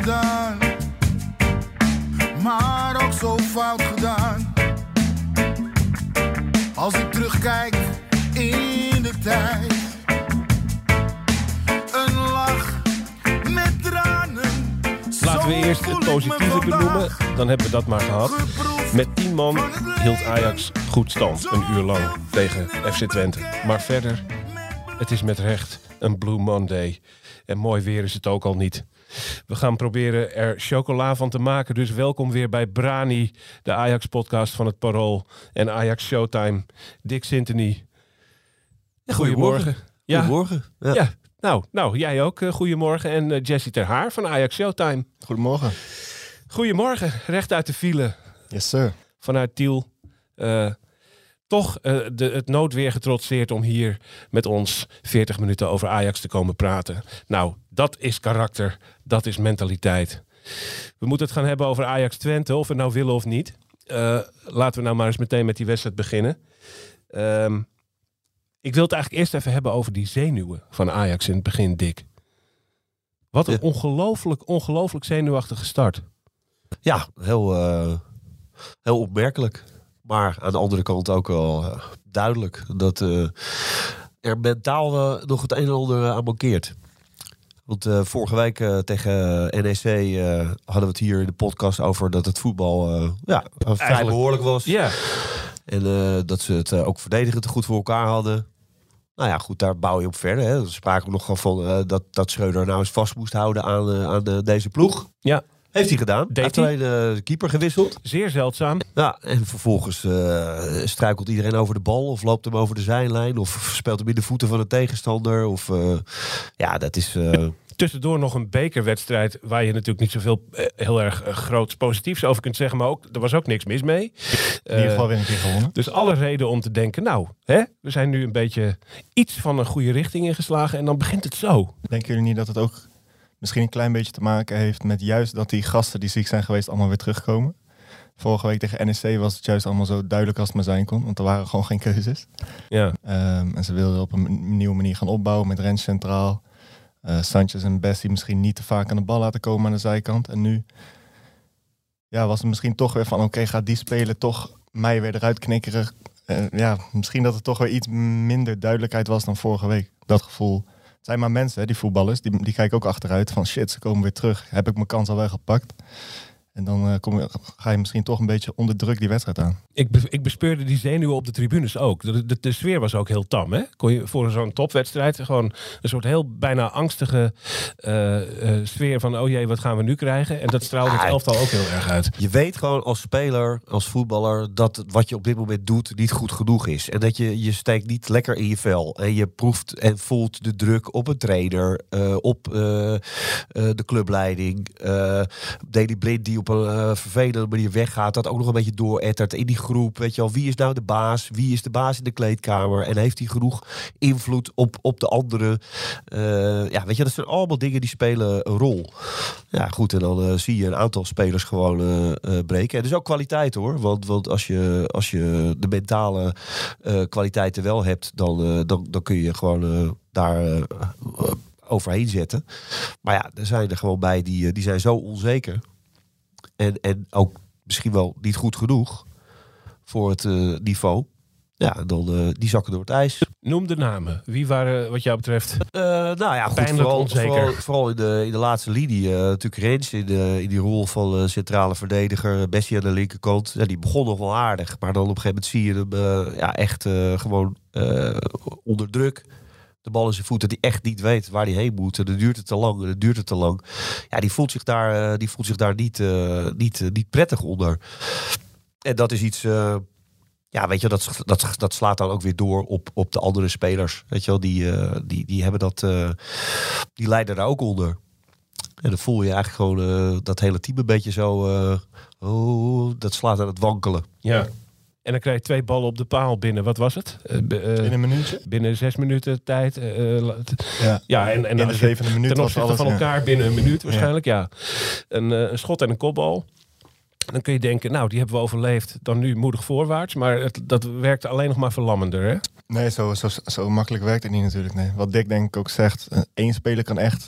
gedaan, maar ook zo fout gedaan. Als ik terugkijk in de tijd, een lach met tranen. Laten we eerst het positieve benoemen, dan hebben we dat maar gehad. Met 10 man hield Ajax goed stand, een uur lang tegen FC Twente. Maar verder, het is met recht een Blue Monday. En mooi weer is het ook al niet. We gaan proberen er chocola van te maken. Dus welkom weer bij Brani, de Ajax-podcast van het Parool. En Ajax Showtime. Dick Sintony. Goedemorgen. Goedemorgen. Ja. Nou, jij ook. Goedemorgen. En Jesse Ter Haar van Ajax Showtime. Goedemorgen. Goedemorgen. Recht uit de file. Yes, sir. Vanuit Tiel. Toch het noodweer getrotseerd om hier met ons 40 minuten over Ajax te komen praten. Nou, dat is karakter. Dat is mentaliteit. We moeten het gaan hebben over Ajax Twente, of we nou willen of niet. Laten we nou maar eens meteen met die wedstrijd beginnen. Ik wil het eigenlijk eerst even hebben over die zenuwen van Ajax in het begin, Dick. Wat een ongelooflijk zenuwachtige start. Ja, heel opmerkelijk. Maar aan de andere kant ook wel duidelijk dat er mentaal nog het een en ander aan mankeert. Want vorige week tegen NEC hadden we het hier in de podcast over dat het voetbal vrij behoorlijk was. Ja. En dat ze het ook verdedigend goed voor elkaar hadden. Nou ja, goed, daar bouw je op verder. Hè. Er spraken we nog van dat Schreuder nou eens vast moest houden aan deze ploeg. Ja. Heeft hij gedaan. Hij heeft alleen de keeper gewisseld. Zeer zeldzaam. Ja, en vervolgens struikelt iedereen over de bal. Of loopt hem over de zijlijn. Of speelt hem in de voeten van de tegenstander. Of dat is... Tussendoor nog een bekerwedstrijd waar je natuurlijk niet zoveel heel erg groots positiefs over kunt zeggen. Maar ook, er was ook niks mis mee. In ieder geval weer een keer gewonnen. Dus alle reden om te denken, we zijn nu een beetje iets van een goede richting ingeslagen. En dan begint het zo. Denken jullie niet dat het ook misschien een klein beetje te maken heeft met juist dat die gasten die ziek zijn geweest allemaal weer terugkomen? Vorige week tegen NEC was het juist allemaal zo duidelijk als het maar zijn kon. Want er waren gewoon geen keuzes. Ja. En ze wilden op een nieuwe manier gaan opbouwen met Rens centraal. Sanchez en Bessie misschien niet te vaak aan de bal laten komen aan de zijkant. En nu was het misschien toch weer van oké, gaat die speler toch mij weer eruit knikkeren. Misschien dat het toch weer iets minder duidelijkheid was dan vorige week. Dat gevoel. Het zijn maar mensen, hè, die voetballers. Die kijken ook achteruit van shit, ze komen weer terug. Heb ik mijn kans al wel gepakt? En dan ga je misschien toch een beetje onder druk die wedstrijd aan. Ik bespeurde die zenuwen op de tribunes ook. De sfeer was ook heel tam. Hè? Kon je voor zo'n topwedstrijd gewoon een soort heel bijna angstige sfeer van oh jee, wat gaan we nu krijgen? En dat straalde het elftal ook heel erg uit. Je weet gewoon als speler, als voetballer, dat wat je op dit moment doet niet goed genoeg is. En dat je steekt niet lekker in je vel. En je proeft en voelt de druk op een trainer, op de clubleiding. Daley Blind die op een vervelende manier weggaat, dat ook nog een beetje doorettert in die groep. Weet je wel, wie is nou de baas? Wie is de baas in de kleedkamer? En heeft hij genoeg invloed op de anderen? Weet je, dat zijn allemaal dingen die spelen een rol. Ja, goed, en dan zie je een aantal spelers gewoon breken. En dat is ook kwaliteit hoor. Want als je de mentale kwaliteiten wel hebt, dan kun je gewoon daar overheen zetten. Maar ja, er zijn er gewoon bij die zijn zo onzeker. En ook misschien wel niet goed genoeg voor het niveau. Ja, dan die zakken door het ijs. Noem de namen. Wie waren wat jou betreft goed, vooral in de laatste linie. Natuurlijk Rens in die rol van centrale verdediger. Bessie aan de linkerkant. Ja, die begon nog wel aardig. Maar dan op een gegeven moment zie je hem echt gewoon onder druk. De bal in zijn voet, dat hij echt niet weet waar hij heen moet. En dan duurt het te lang. Ja, die voelt zich daar niet prettig onder. En dat is iets... weet je, dat slaat dan ook weer door op de andere spelers. Weet je wel, die hebben dat... die lijden daar ook onder. En dan voel je eigenlijk gewoon dat hele team een beetje zo... dat slaat aan het wankelen. Ja. En dan krijg je 2 ballen op de paal binnen. Wat was het? In een minuutje? Binnen 6 minuten tijd. En in de 7e minuut ten opzichte van elkaar binnen een minuut waarschijnlijk. Ja. Een schot en een kopbal. Dan kun je denken, nou, die hebben we overleefd. Dan nu moedig voorwaarts. Maar dat werkt alleen nog maar verlammender, hè? Nee, zo makkelijk werkt het niet natuurlijk. Nee. Wat Dick denk ik ook zegt. 1 speler kan echt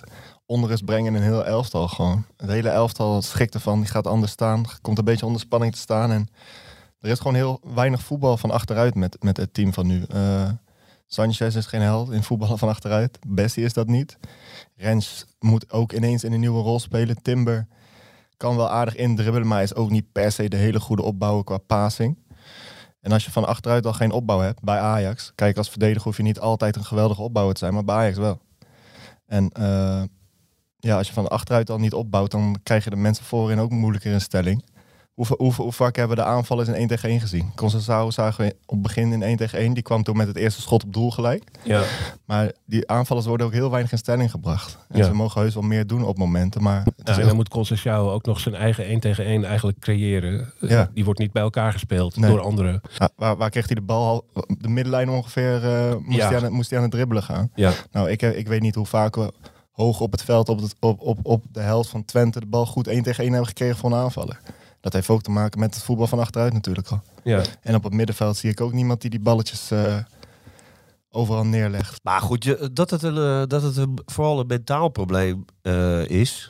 onrust brengen in een heel elftal gewoon. Het hele elftal schikt ervan, die gaat anders staan. Komt een beetje onder spanning te staan. En er is gewoon heel weinig voetbal van achteruit met het team van nu. Sanchez is geen held in voetballen van achteruit. Bessie is dat niet. Rens moet ook ineens in een nieuwe rol spelen. Timber kan wel aardig indribbelen, maar is ook niet per se de hele goede opbouwer qua passing. En als je van achteruit al geen opbouw hebt bij Ajax... Kijk, als verdediger hoef je niet altijd een geweldige opbouwer te zijn, maar bij Ajax wel. En als je van achteruit al niet opbouwt, dan krijg je de mensen voorin ook moeilijker in stelling. Hoe vaak hebben we de aanvallers in 1 tegen 1 gezien? Conceição zagen we op het begin in 1 tegen 1. Die kwam toen met het eerste schot op doel gelijk. Ja. Maar die aanvallers worden ook heel weinig in stelling gebracht. En ze mogen heus wel meer doen op momenten. Maar en dan moet Conceição ook nog zijn eigen 1 tegen 1 eigenlijk creëren. Ja. Die wordt niet bij elkaar gespeeld door anderen. Waar kreeg hij de bal? De middenlijn ongeveer moest hij aan het dribbelen gaan. Ja. Nou, ik weet niet hoe vaak we hoog op het veld, op de helft van Twente, de bal goed 1 tegen 1 hebben gekregen voor een aanvaller. Dat heeft ook te maken met het voetbal van achteruit natuurlijk al. Ja. En op het middenveld zie ik ook niemand die balletjes overal neerlegt. Maar goed, dat het vooral een mentaal probleem is.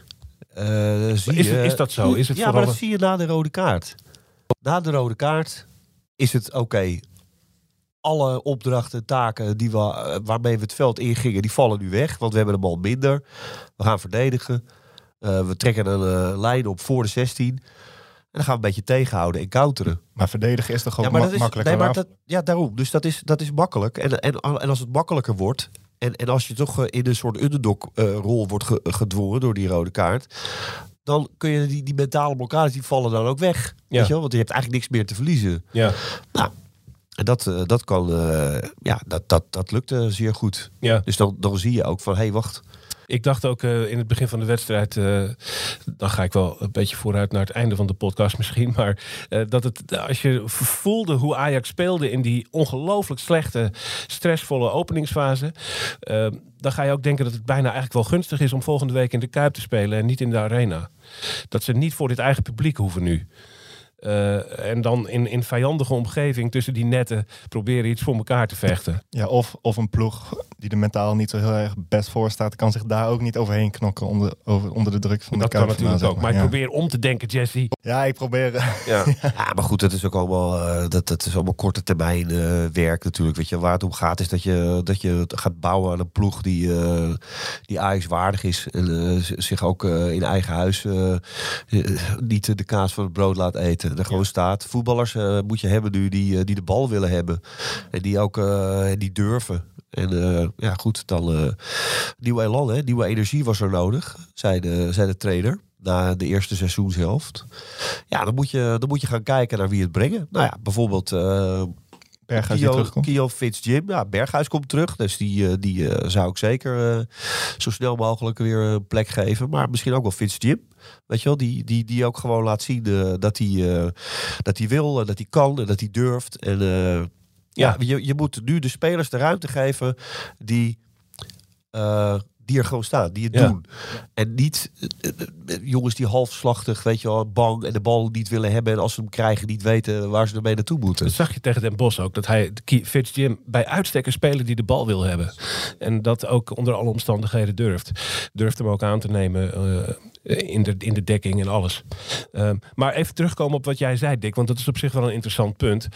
Is dat zo? Is het maar dat zie je na de rode kaart. Na de rode kaart is het oké. Alle opdrachten, taken waarmee we het veld ingingen, die vallen nu weg. Want we hebben de bal minder. We gaan verdedigen. We trekken een lijn op voor de 16. En dan gaan we een beetje tegenhouden en counteren. Maar verdedigen is toch ook makkelijker? Nee, maar daarom. Dus dat is makkelijk. En als het makkelijker wordt... En als je toch in een soort underdog-rol wordt gedwongen door die rode kaart... dan kun je die mentale blokkades, die vallen dan ook weg. Ja. Weet je wel? Want je hebt eigenlijk niks meer te verliezen. Ja. Nou, en dat kan... dat lukte zeer goed. Ja. Dus dan zie je ook van, hé, wacht... Ik dacht ook in het begin van de wedstrijd, dan ga ik wel een beetje vooruit naar het einde van de podcast misschien, maar als je voelde hoe Ajax speelde in die ongelooflijk slechte, stressvolle openingsfase, dan ga je ook denken dat het bijna eigenlijk wel gunstig is om volgende week in de Kuip te spelen en niet in de Arena. Dat ze niet voor dit eigen publiek hoeven nu. En dan in vijandige omgeving tussen die netten proberen iets voor elkaar te vechten. Ja, of een ploeg die er mentaal niet zo heel erg best voor staat, kan zich daar ook niet overheen knokken onder de druk van de Kuip. Dat kan natuurlijk ook. Maar ik probeer om te denken, Jesse. Ja, ik probeer. Ja, maar goed, dat is ook allemaal, dat is allemaal korte termijn werk natuurlijk. Weet je, waar het om gaat is dat je gaat bouwen aan een ploeg die Ajax waardig is. En zich ook in eigen huis niet de kaas van het brood laat eten. Er gewoon staat. Voetballers moet je hebben nu die de bal willen hebben. En die ook die durven. En goed, dan nieuw elan, hè? Nieuwe energie was er nodig, zei de trainer. Na de eerste seizoenshelft. Ja, dan moet je gaan kijken naar wie het brengen. Nou ja, bijvoorbeeld Berghuis die terugkomt. Kio Fitzjim. Ja, Berghuis komt terug. Dus die zou ik zeker zo snel mogelijk weer een plek geven. Maar misschien ook wel Fitzjim. Weet je wel, die ook gewoon laat zien dat hij wil, en dat hij kan en dat hij durft. En je moet nu de spelers de ruimte geven die er gewoon staan, die het doen. En niet jongens die halfslachtig, weet je wel, bang en de bal niet willen hebben en als ze hem krijgen niet weten waar ze ermee naartoe moeten. Dat zag je tegen Den Bosch ook, dat hij Fitzjim bij uitstek een speler die de bal wil hebben. En dat ook onder alle omstandigheden durft. Durft hem ook aan te nemen in de dekking en alles. Maar even terugkomen op wat jij zei, Dick, want dat is op zich wel een interessant punt.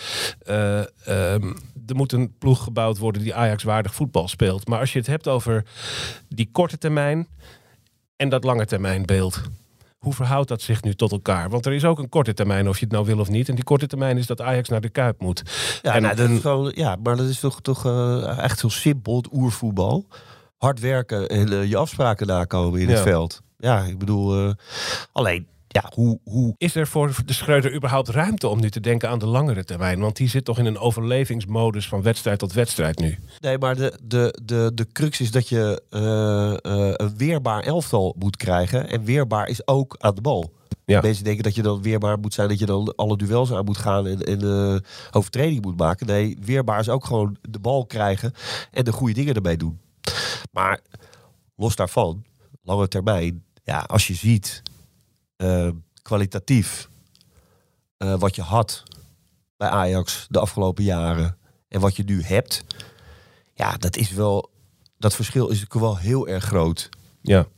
Er moet een ploeg gebouwd worden die Ajax waardig voetbal speelt. Maar als je het hebt over die korte termijn en dat lange termijn beeld, hoe verhoudt dat zich nu tot elkaar? Want er is ook een korte termijn, of je het nou wil of niet. En die korte termijn is dat Ajax naar de Kuip moet. Ja, dat is gewoon, maar dat is toch echt heel simpel, het oervoetbal. Hard werken en je afspraken nakomen in het veld. Ja, ik bedoel, alleen... Ja, hoe is er voor de Schreuder überhaupt ruimte om nu te denken aan de langere termijn? Want die zit toch in een overlevingsmodus van wedstrijd tot wedstrijd nu. Nee, maar de crux is dat je een weerbaar elftal moet krijgen. En weerbaar is ook aan de bal. Ja. Mensen denken dat je dan weerbaar moet zijn, dat je dan alle duels aan moet gaan en overtreding moet maken. Nee, weerbaar is ook gewoon de bal krijgen en de goede dingen ermee doen. Maar los daarvan, lange termijn, ja, als je ziet kwalitatief wat je had bij Ajax de afgelopen jaren en wat je nu hebt, ja, dat verschil is wel heel erg groot. Ja.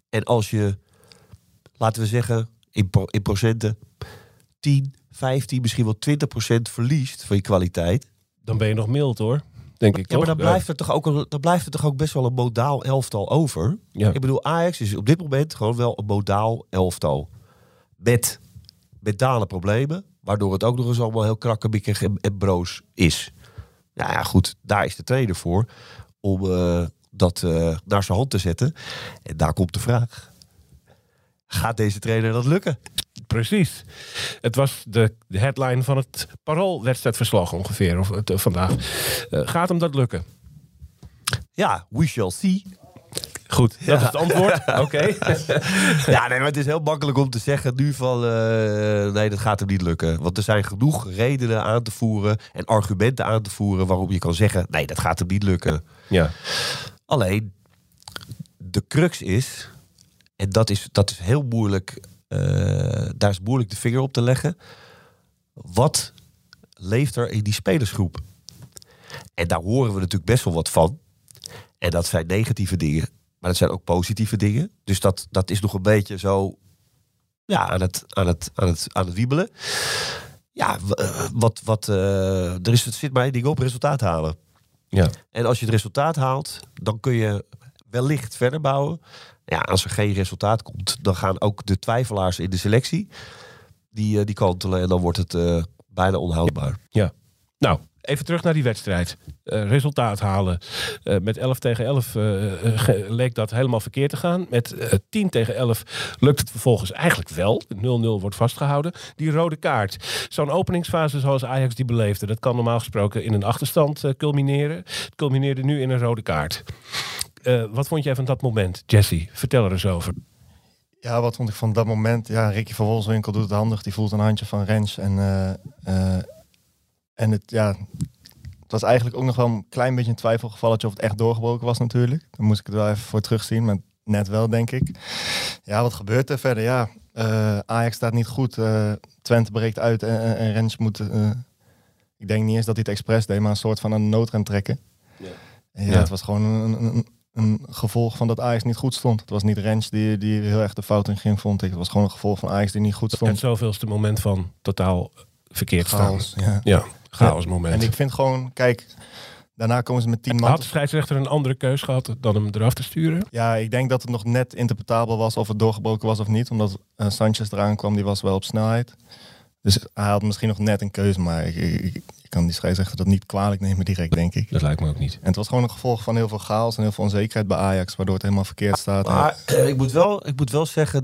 En als je, laten we zeggen, in procenten 10, 15, misschien wel 20% verliest van je kwaliteit. Dan ben je nog mild hoor, denk ik. Ja, maar toch? dan blijft er toch ook best wel een modaal elftal over. Ja. Ik bedoel, Ajax is op dit moment gewoon wel een modaal elftal. Met mentale problemen, waardoor het ook nog eens allemaal heel krakkemikkig en broos is. Ja, goed, daar is de trainer voor. Om dat naar zijn hand te zetten. En daar komt de vraag. Gaat deze trainer dat lukken? Precies. Het was de headline van het Parool-wedstrijdverslag ongeveer vandaag. Gaat hem dat lukken? Ja, we shall see. Goed, dat is het antwoord. Oké. Ja, nee, maar het is heel makkelijk om te zeggen nu van... nee, dat gaat hem niet lukken. Want er zijn genoeg redenen aan te voeren... en argumenten aan te voeren waarom je kan zeggen... nee, dat gaat hem niet lukken. Ja. Alleen, de crux is... en dat is heel moeilijk... daar is moeilijk de vinger op te leggen. Wat leeft er in die spelersgroep? En daar horen we natuurlijk best wel wat van. En dat zijn negatieve dingen. Maar dat zijn ook positieve dingen. Dus dat is nog een beetje zo... ja, aan het wiebelen. Ja, er zit maar één ding op. Resultaat halen. Ja. En als je het resultaat haalt... dan kun je wellicht verder bouwen. Ja, als er geen resultaat komt... dan gaan ook de twijfelaars in de selectie... die kantelen. En dan wordt het bijna onhoudbaar. Ja. Nou, even terug naar die wedstrijd. Resultaat halen. Met 11-11 leek dat helemaal verkeerd te gaan. Met 10-11 lukt het vervolgens eigenlijk wel. 0-0 wordt vastgehouden. Die rode kaart. Zo'n openingsfase zoals Ajax die beleefde... dat kan normaal gesproken in een achterstand culmineren. Het culmineerde nu in een rode kaart. Wat vond jij van dat moment, Jesse? Vertel er eens over. Ja, wat vond ik van dat moment? Ja, Ricky van Wolfswinkel doet het handig. Die voelt een handje van Rens. En het was eigenlijk ook nog wel een klein beetje een twijfelgevalletje of het echt doorgebroken was natuurlijk. Dan moest ik het wel even voor terugzien, maar net wel, denk ik. Ja, wat gebeurt er verder? Ja, Ajax staat niet goed. Twente breekt uit en Rens moet... ik denk niet eens dat hij het expres deed, maar een soort van een noodrem trekken. Ja. Ja, het was gewoon een gevolg van dat Ajax niet goed stond. Het was niet Rens die heel erg de fout in ging, vond ik. Het was gewoon een gevolg van Ajax die niet goed stond. Het zoveelste moment van totaal verkeerd chaos, staan. Ja, chaos moment. En ik vind gewoon, kijk, daarna komen ze met 10 man. Had de scheidsrechter een andere keus gehad dan hem eraf te sturen? Ja, ik denk dat het nog net interpretabel was of het doorgebroken was of niet. Omdat Sanchez eraan kwam, die was wel op snelheid. Dus hij had misschien nog net een keuze, maar ik kan die scheidsrechter dat niet kwalijk nemen direct, denk ik. Dat lijkt me ook niet. En het was gewoon een gevolg van heel veel chaos en heel veel onzekerheid bij Ajax, waardoor het helemaal verkeerd staat. Maar ik moet wel zeggen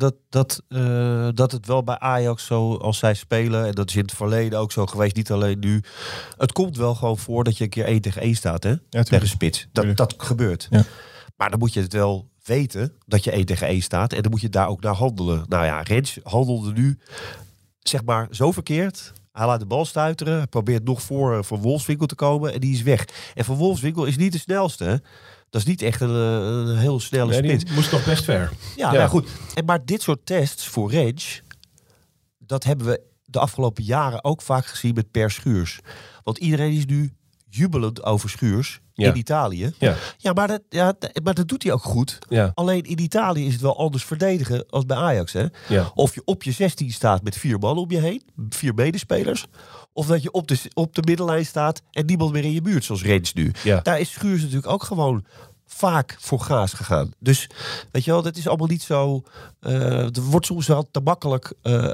dat het wel bij Ajax zo, als zij spelen, en dat is in het verleden ook zo geweest, niet alleen nu. Het komt wel gewoon voor dat je een keer 1 tegen 1 staat, hè? Ja, tegen spits. Dat gebeurt. Ja. Maar dan moet je het wel weten dat je 1 tegen 1 staat en dan moet je daar ook naar handelen. Nou ja, Rens handelde nu zeg maar zo verkeerd. Hij laat de bal stuiteren. Hij probeert nog voor Wolfswinkel te komen. En die is weg. En Van Wolfswinkel is niet de snelste. Hè? Dat is niet echt een heel snelle spits. Die moest nog best ver. Ja. Nou goed. Maar dit soort tests voor Rens... dat hebben we de afgelopen jaren ook vaak gezien met Per Schuurs. Want iedereen is nu jubelend over Schuurs in Italië. Ja, maar dat doet hij ook goed. Ja. Alleen in Italië is het wel anders verdedigen als bij Ajax. Hè? Ja. Of je op je 16 staat met 4 man om je heen. 4 medespelers. Of dat je op de middenlijn staat en niemand meer in je buurt, zoals Rens nu. Ja. Daar is Schuurs natuurlijk ook gewoon vaak voor gaas gegaan. Dus weet je wel, dat is allemaal niet zo... er wordt soms wel te makkelijk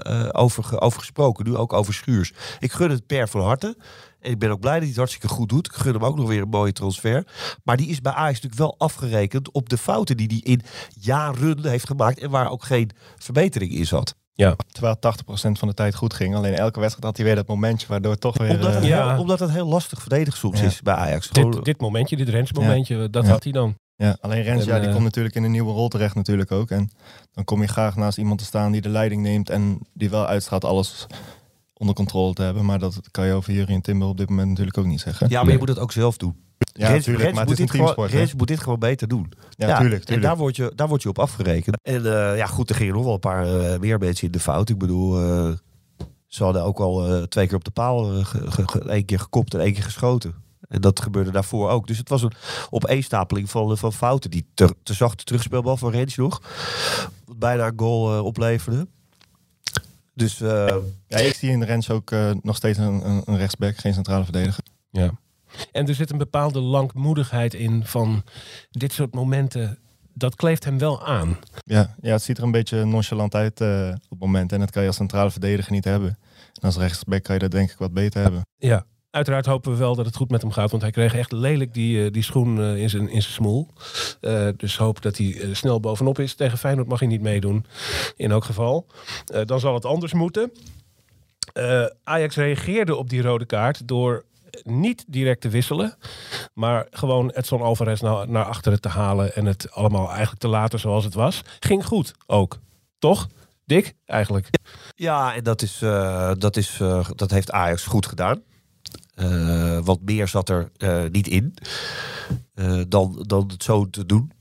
over gesproken. Nu ook over Schuurs. Ik gun het Per van harte. En ik ben ook blij dat hij het hartstikke goed doet. Ik gun hem ook nog weer een mooie transfer. Maar die is bij Ajax natuurlijk wel afgerekend op de fouten die hij in jaren heeft gemaakt. En waar ook geen verbetering in zat. Ja. Terwijl 80% van de tijd goed ging. Alleen elke wedstrijd had hij weer dat momentje waardoor het toch weer... Omdat het heel lastig verdedigd soms is bij Ajax. Dit momentje, dit Rens-momentje, dat had hij dan. Ja, alleen Rens, die komt natuurlijk in een nieuwe rol terecht natuurlijk ook. En dan kom je graag naast iemand te staan die de leiding neemt en die wel uitstraalt alles onder controle te hebben. Maar dat kan je over Jurien Timber op dit moment natuurlijk ook niet zeggen. Ja, maar je moet het ook zelf doen. Ja, natuurlijk, maar het is een teamsport. Rens moet dit gewoon beter doen. Ja, tuurlijk. En daar word je op afgerekend. En goed, er gingen nog wel een paar meer mensen in de fout. Ik bedoel, ze hadden ook al 2 keer op de paal 1 keer gekopt en 1 keer geschoten. En dat gebeurde daarvoor ook. Dus het was een opeenstapeling van fouten. Die te zachte terugspeelbal van Rens nog. Wat bijna een goal opleverde. Dus ik zie in Rens ook nog steeds een rechtsback, geen centrale verdediger. Ja. En er zit een bepaalde langmoedigheid in van dit soort momenten. Dat kleeft hem wel aan. Ja, het ziet er een beetje nonchalant uit op het moment. En dat kan je als centrale verdediger niet hebben. En als rechtsback kan je dat denk ik wat beter hebben. Ja, uiteraard hopen we wel dat het goed met hem gaat. Want hij kreeg echt lelijk die schoen in zijn smoel. Dus hoop dat hij snel bovenop is. Tegen Feyenoord mag hij niet meedoen. In elk geval. Dan zal het anders moeten. Ajax reageerde op die rode kaart door niet direct te wisselen, maar gewoon Edson Alvarez naar achteren te halen en het allemaal eigenlijk te laten zoals het was. Ging goed ook. Toch? Dick, eigenlijk. Ja, en dat heeft Ajax goed gedaan. Wat meer zat er niet in dan het zo te doen.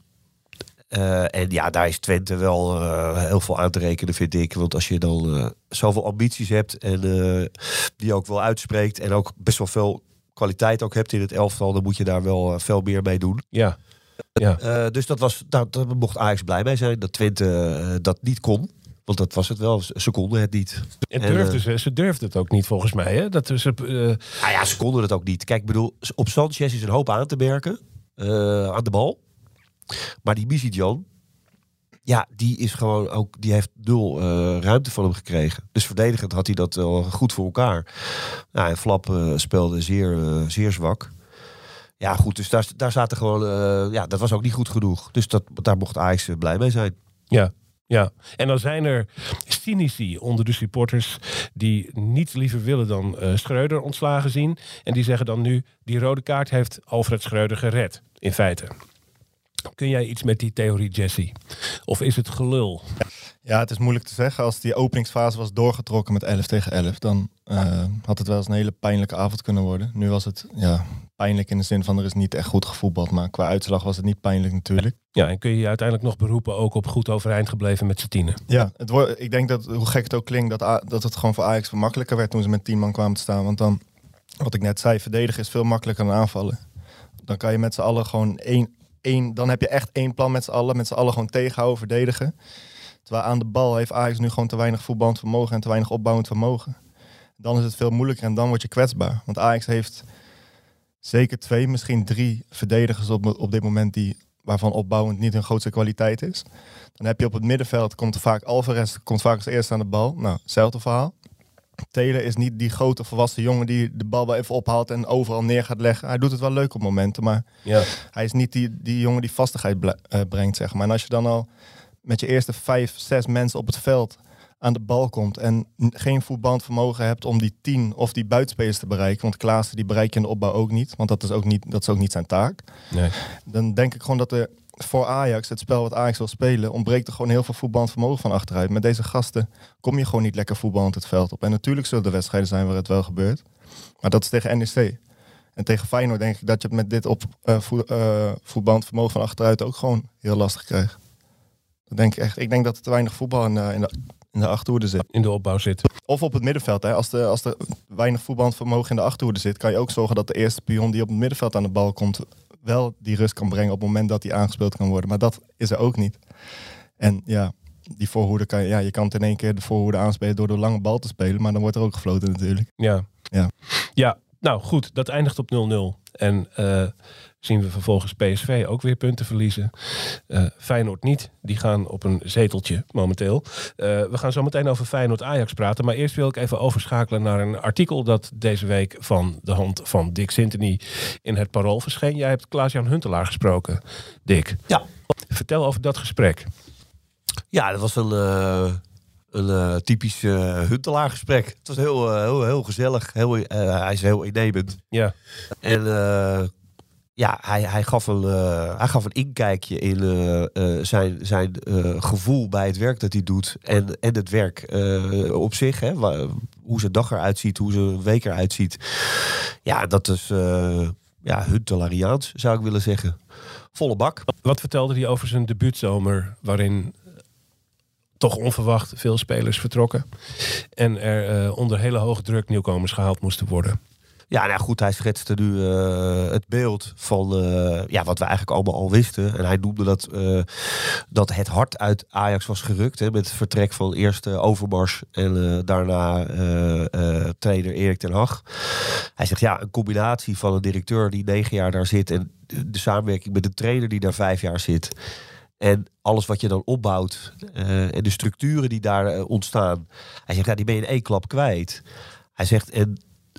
En ja, daar is Twente wel heel veel aan te rekenen, vind ik. Want als je dan zoveel ambities hebt en die ook wel uitspreekt en ook best wel veel kwaliteit ook hebt in het elftal, dan moet je daar wel veel meer mee doen. Ja. Dus daar mocht Ajax blij mee zijn dat Twente dat niet kon. Want dat was het wel. Ze konden het niet. Ze durfden het ook niet, volgens mij. Hè? Ze konden het ook niet. Kijk, ik bedoel, op Sanchez is een hoop aan te merken aan de bal. Maar die Mizidjan, ja, die is gewoon ook, die heeft 0 ruimte van hem gekregen. Dus verdedigend had hij dat wel goed voor elkaar. Nou, en Flap speelde zeer zwak. Ja, goed, dus daar zaten gewoon, dat was ook niet goed genoeg. Dus daar mocht Ajax blij mee zijn. Ja, en dan zijn er cynici onder de supporters die niets liever willen dan Schreuder ontslagen zien. En die zeggen dan nu, die rode kaart heeft Alfred Schreuder gered, in feite. Kun jij iets met die theorie, Jesse? Of is het gelul? Ja, het is moeilijk te zeggen. Als die openingsfase was doorgetrokken met 11-11... dan had het wel eens een hele pijnlijke avond kunnen worden. Nu was het pijnlijk in de zin van er is niet echt goed gevoetbald. Maar qua uitslag was het niet pijnlijk natuurlijk. Ja, en kun je je uiteindelijk nog beroepen ook op goed overeind gebleven met z'n tienen? Ja, ik denk dat, hoe gek het ook klinkt, dat het gewoon voor Ajax wat makkelijker werd toen ze met 10 man kwamen te staan. Want dan, wat ik net zei, verdedigen is veel makkelijker dan aanvallen. Dan kan je met z'n allen gewoon dan heb je echt 1 plan met z'n allen gewoon tegenhouden, verdedigen. Terwijl aan de bal heeft Ajax nu gewoon te weinig voetballend vermogen en te weinig opbouwend vermogen. Dan is het veel moeilijker en dan word je kwetsbaar. Want Ajax heeft zeker 2, misschien 3 verdedigers op dit moment waarvan opbouwend niet hun grootste kwaliteit is. Dan heb je op het middenveld, Alvarez komt vaak als eerste aan de bal. Nou, hetzelfde verhaal. Taylor is niet die grote volwassen jongen die de bal wel even ophaalt en overal neer gaat leggen. Hij doet het wel leuk op momenten, maar hij is niet die jongen die vastigheid brengt, zeg maar. En als je dan al met je eerste 5, 6 mensen op het veld aan de bal komt en geen voetballend vermogen hebt om die 10 of die buitenspelers te bereiken, want Klaassen die bereik je in de opbouw ook niet, want dat is ook niet zijn taak. Nee. Dan denk ik gewoon dat er voor Ajax, het spel wat Ajax wil spelen, ontbreekt er gewoon heel veel voetballend vermogen van achteruit. Met deze gasten kom je gewoon niet lekker voetballend het veld op. En natuurlijk zullen er wedstrijden zijn waar het wel gebeurt. Maar dat is tegen NEC. En tegen Feyenoord denk ik dat je het met dit voetballend vermogen van achteruit ook gewoon heel lastig krijgt. Dat denk ik echt. Ik denk dat er te weinig voetbal in de achterhoede zit. In de opbouw zit. Of op het middenveld. Hè. Als er weinig voetballend vermogen in de achterhoede zit, kan je ook zorgen dat de eerste pion die op het middenveld aan de bal komt wel die rust kan brengen op het moment dat die aangespeeld kan worden. Maar dat is er ook niet. En ja, die voorhoede je kan het in één keer de voorhoede aanspelen door de lange bal te spelen, maar dan wordt er ook gefloten natuurlijk. Ja, nou goed, dat eindigt op 0-0. En zien we vervolgens PSV ook weer punten verliezen. Feyenoord niet. Die gaan op een zeteltje momenteel. We gaan zo meteen over Feyenoord-Ajax praten. Maar eerst wil ik even overschakelen naar een artikel dat deze week van de hand van Dick Sintony in het Parool verscheen. Jij hebt Klaas-Jan Huntelaar gesproken, Dick. Ja. Vertel over dat gesprek. Ja, dat was een typisch Huntelaar-gesprek. Het was heel gezellig. Hij is heel innemend. Ja. En hij gaf een inkijkje in zijn gevoel bij het werk dat hij doet. En het werk op zich. Hè, hoe zijn dag eruit ziet, hoe zijn week eruit ziet. Ja, dat is Huntelariaans, zou ik willen zeggen. Volle bak. Wat vertelde hij over zijn debuutzomer, waarin toch onverwacht veel spelers vertrokken en er onder hele hoge druk nieuwkomers gehaald moesten worden? Ja, nou goed, hij schetste nu het beeld van wat we eigenlijk allemaal al wisten. En hij noemde dat het hart uit Ajax was gerukt. Hè, met het vertrek van eerst Overmars en daarna trainer Erik ten Hag. Hij zegt een combinatie van een directeur die 9 jaar daar zit en de samenwerking met een trainer die daar 5 jaar zit. En alles wat je dan opbouwt en de structuren die daar ontstaan. Hij zegt, die ben je in 1 klap kwijt. Hij zegt, en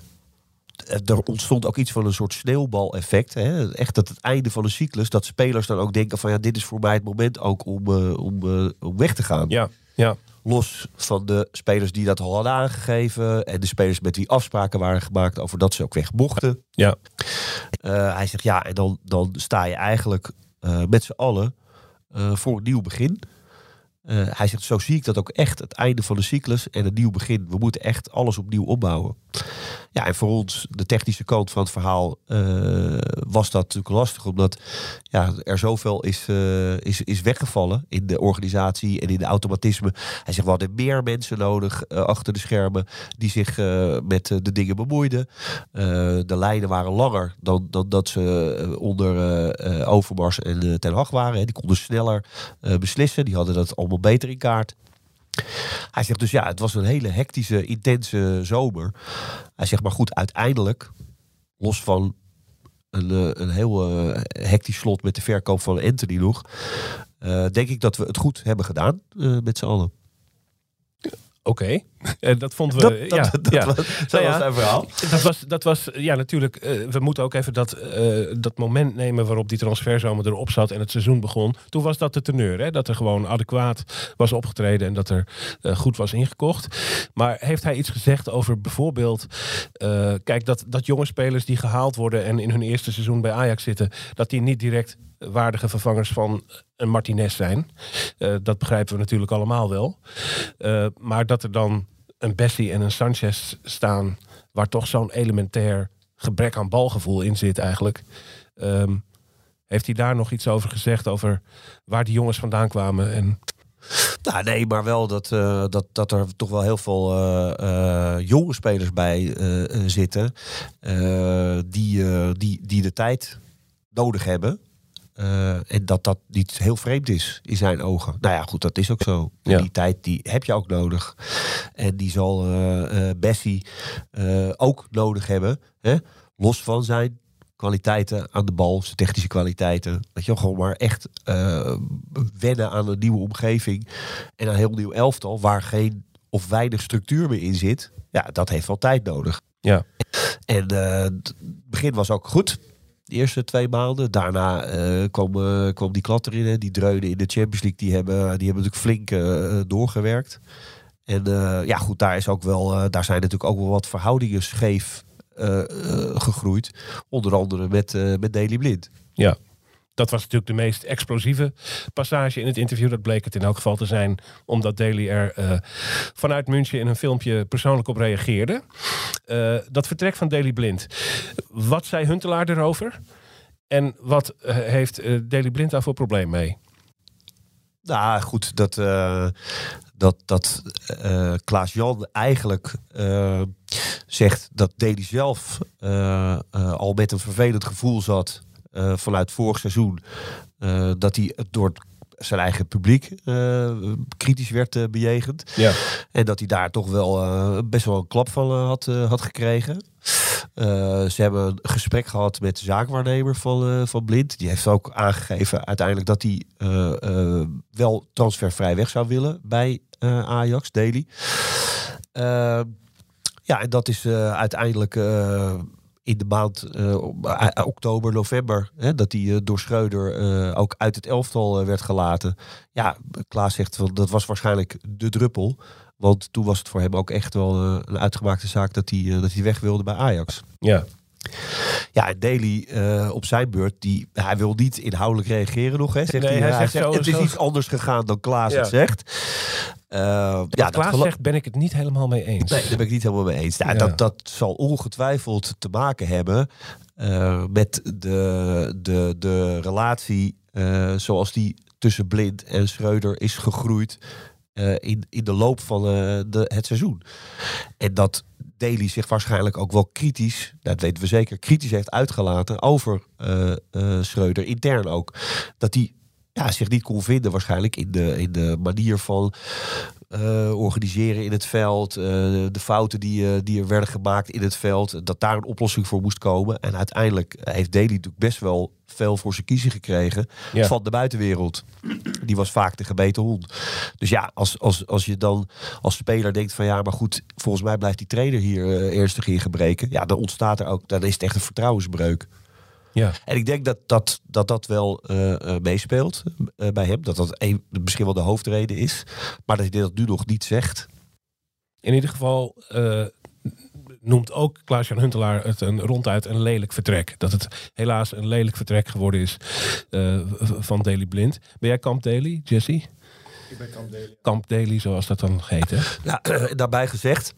er ontstond ook iets van een soort sneeuwbaleffect. Hè? Echt dat het einde van een cyclus, dat spelers dan ook denken van dit is voor mij het moment ook om weg te gaan. Ja. Los van de spelers die dat al hadden aangegeven en de spelers met wie afspraken waren gemaakt over dat ze ook weg mochten. Ja. Hij zegt en dan sta je eigenlijk met z'n allen voor een nieuw begin. Hij zegt, zo zie ik dat ook echt, het einde van de cyclus en een nieuw begin. We moeten echt alles opnieuw opbouwen. Ja, en voor ons, de technische kant van het verhaal, was dat natuurlijk lastig. Omdat er zoveel is weggevallen in de organisatie en in de automatisme. Hij zegt, we hadden meer mensen nodig achter de schermen die zich met de dingen bemoeiden. De lijnen waren langer dan dat ze onder Overmars en Ten Hag waren. Die konden sneller beslissen. Die hadden dat allemaal beter in kaart. Hij zegt dus het was een hele hectische, intense zomer. Hij zegt maar goed, uiteindelijk, los van een heel hectisch slot met de verkoop van Anthony nog, denk ik dat we het goed hebben gedaan met z'n allen. Oké. Dat vonden we... Dat was zijn verhaal. Dat was natuurlijk... we moeten ook even dat moment nemen waarop die transferzomer erop zat en het seizoen begon. Toen was dat de teneur. Hè? Dat er gewoon adequaat was opgetreden en dat er goed was ingekocht. Maar heeft hij iets gezegd over bijvoorbeeld... kijk, dat jonge spelers die gehaald worden en in hun eerste seizoen bij Ajax zitten, dat die niet direct waardige vervangers van een Martinez zijn. Dat begrijpen we natuurlijk allemaal wel. Maar dat er dan een Bessie en een Sanchez staan waar toch zo'n elementair gebrek aan balgevoel in zit eigenlijk. Heeft hij daar nog iets over gezegd, over waar die jongens vandaan kwamen? En... Nou, nee, maar wel dat er toch wel heel veel jonge spelers bij zitten die de tijd nodig hebben. En dat niet heel vreemd is in zijn ogen. Nou ja, goed, dat is ook zo. Ja. Die tijd die heb je ook nodig. En die zal Bessie ook nodig hebben. Hè? Los van zijn kwaliteiten aan de bal, zijn technische kwaliteiten. Dat je gewoon maar echt wennen aan een nieuwe omgeving. En een heel nieuw elftal waar geen of weinig structuur meer in zit. Ja, dat heeft wel tijd nodig. Ja. En het begin was ook goed. De eerste 2 maanden. Daarna kwam die klad erin. Hè. Die dreunen in de Champions League. Die hebben natuurlijk flink doorgewerkt. En goed, daar zijn natuurlijk ook wel wat verhoudingen scheef gegroeid. Onder andere met Daley Blind. Ja. Dat was natuurlijk de meest explosieve passage in het interview. Dat bleek het in elk geval te zijn, omdat Daley er vanuit München in een filmpje persoonlijk op reageerde. Dat vertrek van Daley Blind. Wat zei Huntelaar erover? En wat heeft Daley Blind daar voor probleem mee? Nou goed, dat Klaas-Jan eigenlijk zegt dat Daley zelf al met een vervelend gevoel zat vanuit vorig seizoen. Dat hij door zijn eigen publiek kritisch werd bejegend. Ja. En dat hij daar toch wel best wel een klap van had gekregen. Ze hebben een gesprek gehad met de zaakwaarnemer van Blind. Die heeft ook aangegeven uiteindelijk dat hij wel transfervrij weg zou willen bij Ajax, Daley. En dat is uiteindelijk in de maand oktober, november, dat hij door Schreuder ook uit het elftal werd gelaten. Ja, Klaas zegt, dat was waarschijnlijk de druppel. Want toen was het voor hem ook echt wel een uitgemaakte zaak dat hij weg wilde bij Ajax. Ja. Ja, en Daley op zijn beurt, hij wil niet inhoudelijk reageren nog. Hè, zegt hij zegt, het is iets anders gegaan dan Klaas het zegt. Klaas zegt, ben ik het niet helemaal mee eens. Nee, daar ben ik niet helemaal mee eens. Nou, dat zal ongetwijfeld te maken hebben met de relatie zoals die tussen Blind en Schreuder is gegroeid in de loop van het seizoen. En dat Daly zich waarschijnlijk ook wel kritisch, dat weten we zeker, kritisch heeft uitgelaten over Schreuder, intern ook. Dat hij zich niet kon vinden waarschijnlijk in de manier van organiseren in het veld. De fouten die er werden gemaakt in het veld. Dat daar een oplossing voor moest komen. En uiteindelijk heeft Daly natuurlijk best wel veel voor zijn kiezen gekregen van de buitenwereld. Die was vaak de gebeten hond. Dus ja, als je dan als speler denkt van maar goed, volgens mij blijft die trainer hier ernstig in gebreken. Ja, dan ontstaat er ook, dan is het echt een vertrouwensbreuk. Ja. En ik denk dat wel meespeelt bij hem. Dat misschien wel de hoofdreden is. Maar dat hij dat nu nog niet zegt. In ieder geval noemt ook Klaas-Jan Huntelaar het ronduit een lelijk vertrek. Dat het helaas een lelijk vertrek geworden is van Daley Blind. Ben jij Kamp Daley, Jesse? Ik ben Kamp Daley. Kamp Daley, zoals dat dan heet, hè? Ja, daarbij gezegd.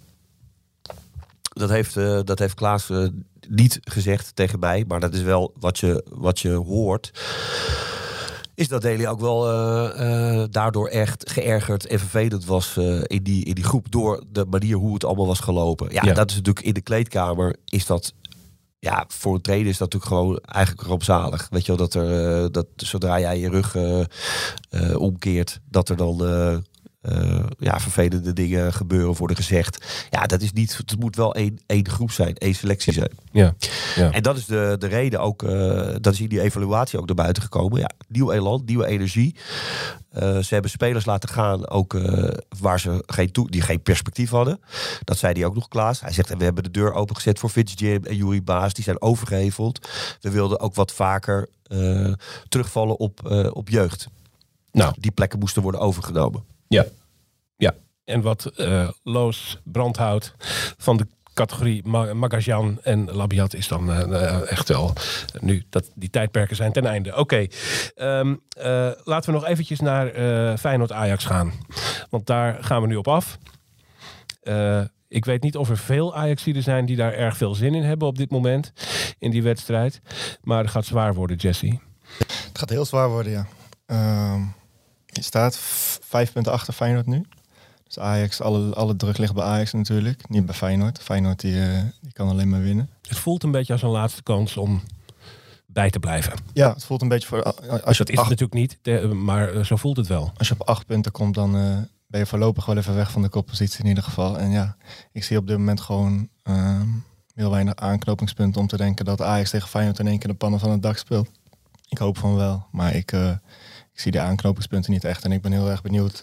Dat heeft Klaas niet gezegd tegen mij. Maar dat is wel wat je hoort. Is dat Daley ook wel daardoor echt geërgerd en vervelend was in die groep. Door de manier hoe het allemaal was gelopen. Ja. Dat is natuurlijk in de kleedkamer. Is dat... Ja, voor een trainer is dat natuurlijk gewoon eigenlijk rampzalig. Weet je wel, dat zodra jij je rug omkeert, dat er dan vervelende dingen gebeuren worden gezegd. Ja, dat is niet. Het moet wel één groep zijn, één selectie zijn. Ja. En dat is de reden ook. Dat is in die evaluatie ook naar buiten gekomen. Ja, nieuw elan, nieuwe energie. Ze hebben spelers laten gaan, ook waar ze geen perspectief hadden. Dat zei hij ook nog, Klaas. Hij zegt, we hebben de deur opengezet voor Fitz Jim en Yuri Baas. Die zijn overgeheveld. We wilden ook wat vaker terugvallen op jeugd. Nou, die plekken moesten worden overgenomen. Ja. En wat Loos Brandhout van de categorie Magajan en Labiat is dan echt wel nu dat die tijdperken zijn ten einde. Oké. Laten we nog eventjes naar Feyenoord-Ajax gaan. Want daar gaan we nu op af. Ik weet niet of er veel Ajaxiden zijn die daar erg veel zin in hebben op dit moment in die wedstrijd. Maar het gaat zwaar worden, Jesse. Het gaat heel zwaar worden, ja. Je staat 5 punten achter Feyenoord nu. Dus Ajax, alle druk ligt bij Ajax natuurlijk. Niet bij Feyenoord. Feyenoord die kan alleen maar winnen. Het voelt een beetje als een laatste kans om bij te blijven. Ja, het voelt een beetje voor... Als dat is het natuurlijk niet, maar zo voelt het wel. Als je op 8 punten komt, dan ben je voorlopig wel even weg van de koppositie in ieder geval. En ja, ik zie op dit moment gewoon heel weinig aanknopingspunten om te denken dat Ajax tegen Feyenoord in één keer de pannen van het dak speelt. Ik hoop van wel, maar ik zie de aanknopingspunten niet echt. En ik ben heel erg benieuwd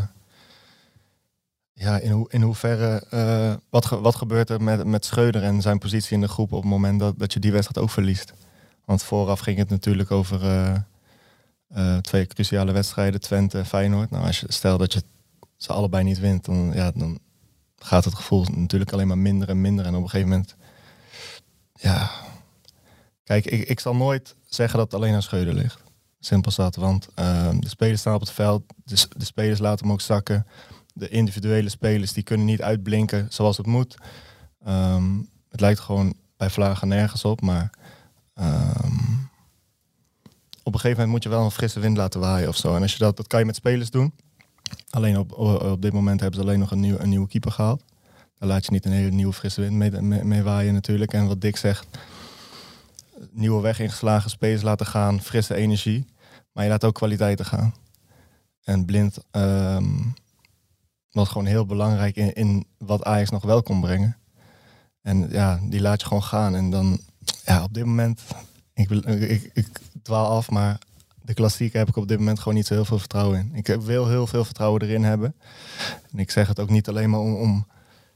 in hoeverre... Wat gebeurt er met Schreuder en zijn positie in de groep op het moment dat je die wedstrijd ook verliest. Want vooraf ging het natuurlijk over 2 cruciale wedstrijden, Twente en Feyenoord. Nou, stel dat je ze allebei niet wint, dan gaat het gevoel natuurlijk alleen maar minder en minder. En op een gegeven moment... Ja... Kijk, ik zal nooit zeggen dat het alleen aan Schreuder ligt. Simpel zat, want de spelers staan op het veld. De spelers laten hem ook zakken. De individuele spelers die kunnen niet uitblinken zoals het moet. Het lijkt gewoon bij Vlagen nergens op. Maar op een gegeven moment moet je wel een frisse wind laten waaien of zo. En als je dat kan je met spelers doen. Alleen op dit moment hebben ze alleen nog een nieuwe keeper gehaald. Daar laat je niet een hele nieuwe frisse wind mee waaien natuurlijk. En wat Dick zegt... Nieuwe weg ingeslagen, spelers laten gaan, frisse energie. Maar je laat ook kwaliteiten gaan. En Blind was gewoon heel belangrijk in wat Ajax nog wel kon brengen. En ja, die laat je gewoon gaan. En dan, ja, op dit moment... Ik dwaal af, maar de klassieke heb ik op dit moment gewoon niet zo heel veel vertrouwen in. Ik wil heel veel vertrouwen erin hebben. En ik zeg het ook niet alleen maar om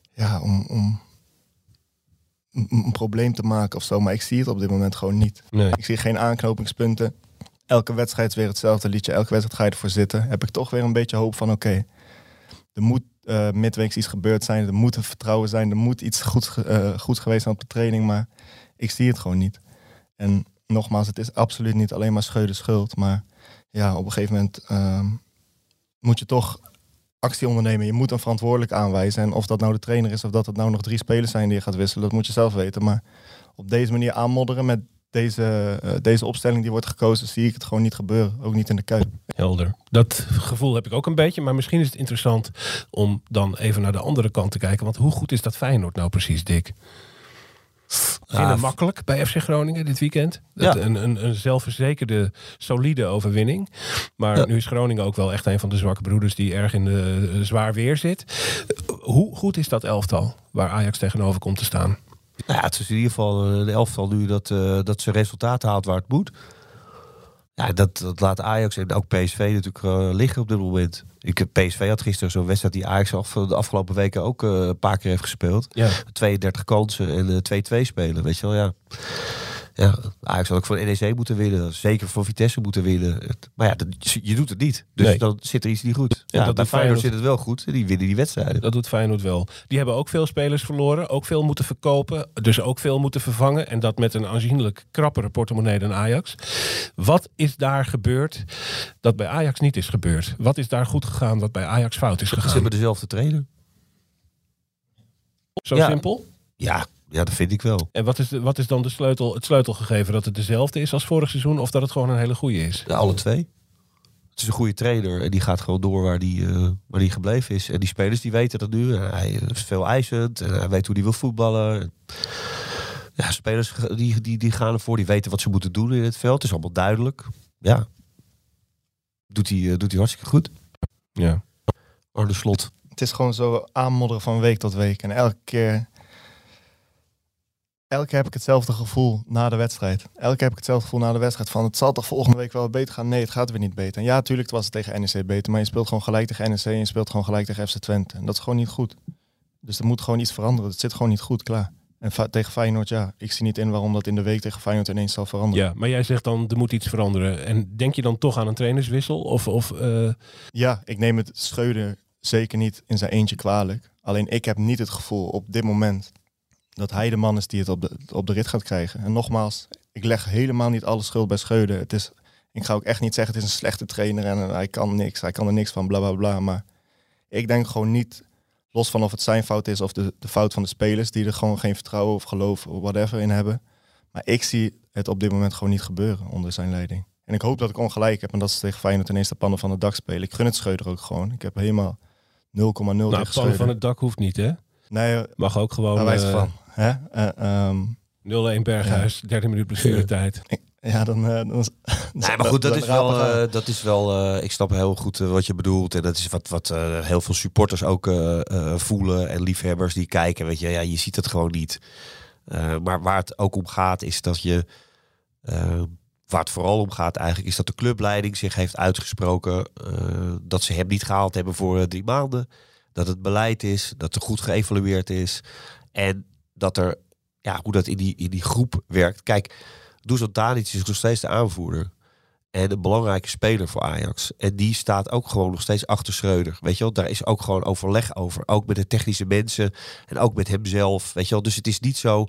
een probleem te maken of zo, maar ik zie het op dit moment gewoon niet. Nee. Ik zie geen aanknopingspunten. Elke wedstrijd is weer hetzelfde liedje. Elke wedstrijd ga je ervoor zitten. Heb ik toch weer een beetje hoop van oké, er moet midweeks iets gebeurd zijn. Er moet een vertrouwen zijn. Er moet iets goeds geweest zijn op de training, maar ik zie het gewoon niet. En nogmaals, het is absoluut niet alleen maar Schreuder schuld, maar ja, op een gegeven moment moet je toch actie ondernemen. Je moet een verantwoordelijk aanwijzen. En of dat nou de trainer is of dat het nou nog 3 spelers zijn die je gaat wisselen, dat moet je zelf weten. Maar op deze manier aanmodderen met deze opstelling die wordt gekozen, zie ik het gewoon niet gebeuren. Ook niet in de Kuip. Helder. Dat gevoel heb ik ook een beetje. Maar misschien is het interessant om dan even naar de andere kant te kijken. Want hoe goed is dat Feyenoord nou precies, Dick? Ging het makkelijk bij FC Groningen dit weekend? Ja. Een zelfverzekerde, solide overwinning. Maar nu is Groningen ook wel echt een van de zwakke broeders die erg in de zwaar weer zit. Hoe goed is dat elftal waar Ajax tegenover komt te staan? Nou ja, het is in ieder geval een elftal nu dat ze resultaten haalt waar het moet. Ja, dat laat Ajax en ook PSV natuurlijk liggen op dit moment. PSV had gisteren zo'n wedstrijd die Ajax de afgelopen weken ook een paar keer heeft gespeeld. Ja. 32 kansen en 2-2 spelen, weet je wel, ja. Ja, Ajax had ook van NEC moeten winnen. Zeker van Vitesse moeten winnen. Maar ja, je doet het niet. Dus dan zit er iets niet goed. Ja, bij Feyenoord zit het wel goed. Die winnen die wedstrijden. Dat doet Feyenoord wel. Die hebben ook veel spelers verloren. Ook veel moeten verkopen. Dus ook veel moeten vervangen. En dat met een aanzienlijk krappere portemonnee dan Ajax. Wat is daar gebeurd dat bij Ajax niet is gebeurd? Wat is daar goed gegaan wat bij Ajax fout is gegaan? Ze hebben dezelfde trainer. Zo simpel? Ja, dat vind ik wel. En wat is dan het sleutelgegeven? Dat het dezelfde is als vorig seizoen of dat het gewoon een hele goede is? Ja, alle twee. Het is een goede trainer en die gaat gewoon door waar die gebleven is. En die spelers die weten dat nu. Hij is veel eisend en hij weet hoe hij wil voetballen. Ja, spelers die gaan ervoor, die weten wat ze moeten doen in het veld. Het is allemaal duidelijk. Ja. Doet hij hartstikke goed. Ja. Arne Slot. Het is gewoon zo aanmodderen van week tot week. En elke keer heb ik hetzelfde gevoel na de wedstrijd. Van het zal toch volgende week wel beter gaan? Nee, het gaat weer niet beter. En ja, natuurlijk was het tegen NEC beter. Maar je speelt gewoon gelijk tegen NEC en je speelt gewoon gelijk tegen FC Twente. En dat is gewoon niet goed. Dus er moet gewoon iets veranderen. Het zit gewoon niet goed, klaar. En tegen Feyenoord, ja. Ik zie niet in waarom dat in de week tegen Feyenoord ineens zal veranderen. Ja, maar jij zegt dan, er moet iets veranderen. En denk je dan toch aan een trainerswissel? Ja, ik neem het Schreuder zeker niet in zijn eentje kwalijk. Alleen ik heb niet het gevoel op dit moment dat hij de man is die het op de rit gaat krijgen. En nogmaals, ik leg helemaal niet alle schuld bij Schreuder. Ik ga ook echt niet zeggen het is een slechte trainer en hij kan er niks van, bla bla bla. Maar ik denk gewoon niet, los van of het zijn fout is of de fout van de spelers die er gewoon geen vertrouwen of geloof of whatever in hebben. Maar ik zie het op dit moment gewoon niet gebeuren onder zijn leiding. En ik hoop dat ik ongelijk heb en dat ze tegen Feyenoord ineens de pannen van het dak spelen. Ik gun het Schreuder ook gewoon. Ik heb helemaal 0,0 tegen Schreuder. Pannen van het dak hoeft niet, hè? Nee, mag ook gewoon. Wijze van. 0-1 Berghuis, 30 minuten blessuretijd. Ja, dan nee, maar goed, dat is wel. Ik snap heel goed wat je bedoelt. En dat is wat heel veel supporters ook voelen. En liefhebbers die kijken. Weet je, ja, je ziet het gewoon niet. Maar waar het ook om gaat, is dat je. Waar het vooral om gaat eigenlijk, is dat de clubleiding zich heeft uitgesproken. Dat ze hem niet gehaald hebben voor 3 maanden. Dat het beleid is, dat er goed geëvalueerd is. En dat er, ja, hoe dat in die groep werkt. Kijk, Dusan Tadic is nog steeds de aanvoerder. En een belangrijke speler voor Ajax. En die staat ook gewoon nog steeds achter Schreuder. Weet je wel, daar is ook gewoon overleg over. Ook met de technische mensen en ook met hemzelf. Weet je wel, dus het is niet zo.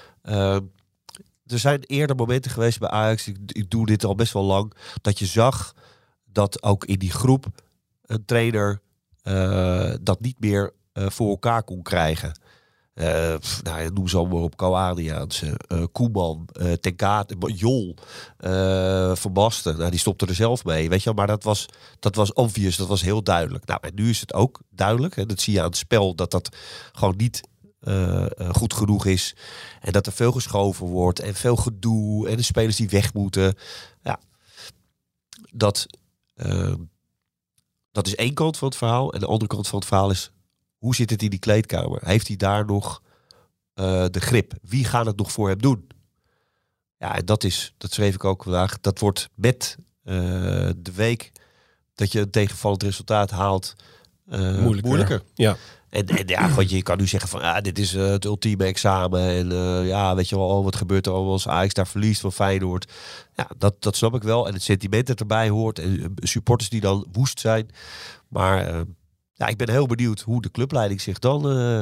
Er zijn eerder momenten geweest bij Ajax, ik doe dit al best wel lang, dat je zag dat ook in die groep een trainer dat niet meer voor elkaar kon krijgen. Noem ze allemaal op Kouadiaanse, Koeman, Ten Kate, Jol, Van Basten. Nou, die stopte er zelf mee, weet je wel. Maar dat was obvious, dat was heel duidelijk. Nou, en nu is het ook duidelijk. Hè, dat zie je aan het spel, dat gewoon niet goed genoeg is. En dat er veel geschoven wordt en veel gedoe en de spelers die weg moeten. Ja, dat is één kant van het verhaal. En de andere kant van het verhaal is, hoe zit het in die kleedkamer? Heeft hij daar nog de grip? Wie gaat het nog voor hem doen? Ja, en dat schreef ik ook vandaag. Dat wordt met de week dat je een tegenvallend resultaat haalt moeilijker. Ja. En ja, want je kan nu zeggen van dit is het ultieme examen. En weet je wel, wat gebeurt er allemaal als Ajax daar verliest van Feyenoord. Ja, dat snap ik wel. En het sentiment dat erbij hoort. En supporters die dan woest zijn. Maar ik ben heel benieuwd hoe de clubleiding zich dan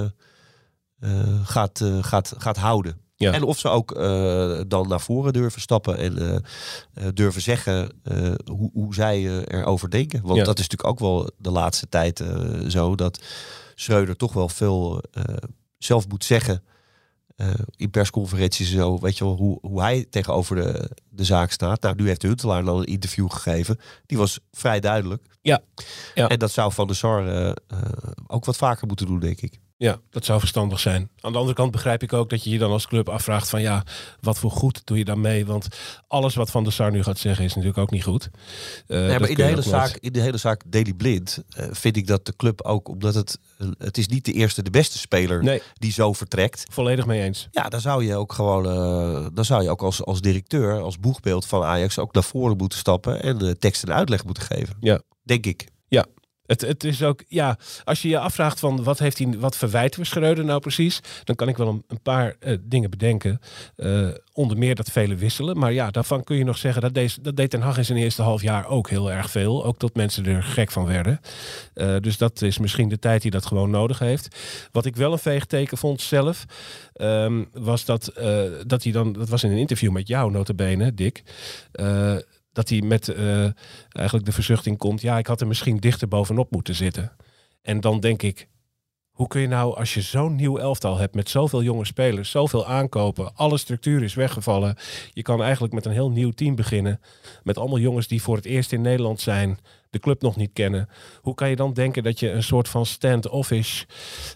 gaat houden. Ja. En of ze ook dan naar voren durven stappen en durven zeggen hoe zij erover denken. Want dat is natuurlijk ook wel de laatste tijd zo dat Schreuder toch wel veel zelf moet zeggen in persconferenties en zo, weet je wel, hoe hij tegenover de zaak staat. Nou, nu heeft Huntelaar dan een interview gegeven. Die was vrij duidelijk. Ja. En dat zou Van der Sar ook wat vaker moeten doen, denk ik. Ja, dat zou verstandig zijn. Aan de andere kant begrijp ik ook dat je je dan als club afvraagt van ja, wat voor goed doe je dan mee? Want alles wat Van der Sar nu gaat zeggen is natuurlijk ook niet goed. Maar in de hele zaak Daley Blind vind ik dat de club ook, omdat het is niet de eerste, de beste speler die zo vertrekt. Volledig mee eens. Ja, dan zou je ook gewoon, dan zou je ook als directeur, als boegbeeld van Ajax ook naar voren moeten stappen en tekst en uitleg moeten geven. Ja. Denk ik. Ja. Het is ook, ja, als je je afvraagt van wat verwijten we Schreuder nou precies, dan kan ik wel een paar dingen bedenken. Onder meer dat vele wisselen. Maar ja, daarvan kun je nog zeggen, dat deed Ten Hag in zijn eerste half jaar ook heel erg veel. Ook tot mensen er gek van werden. Dus dat is misschien de tijd die dat gewoon nodig heeft. Wat ik wel een veegteken vond zelf, was dat hij dan, dat was in een interview met jou nota bene, Dick, dat hij met eigenlijk de verzuchting komt, ja, ik had er misschien dichter bovenop moeten zitten. En dan denk ik, hoe kun je nou, als je zo'n nieuw elftal hebt met zoveel jonge spelers, zoveel aankopen, alle structuur is weggevallen. Je kan eigenlijk met een heel nieuw team beginnen. Met allemaal jongens die voor het eerst in Nederland zijn, de club nog niet kennen. Hoe kan je dan denken dat je een soort van stand-offish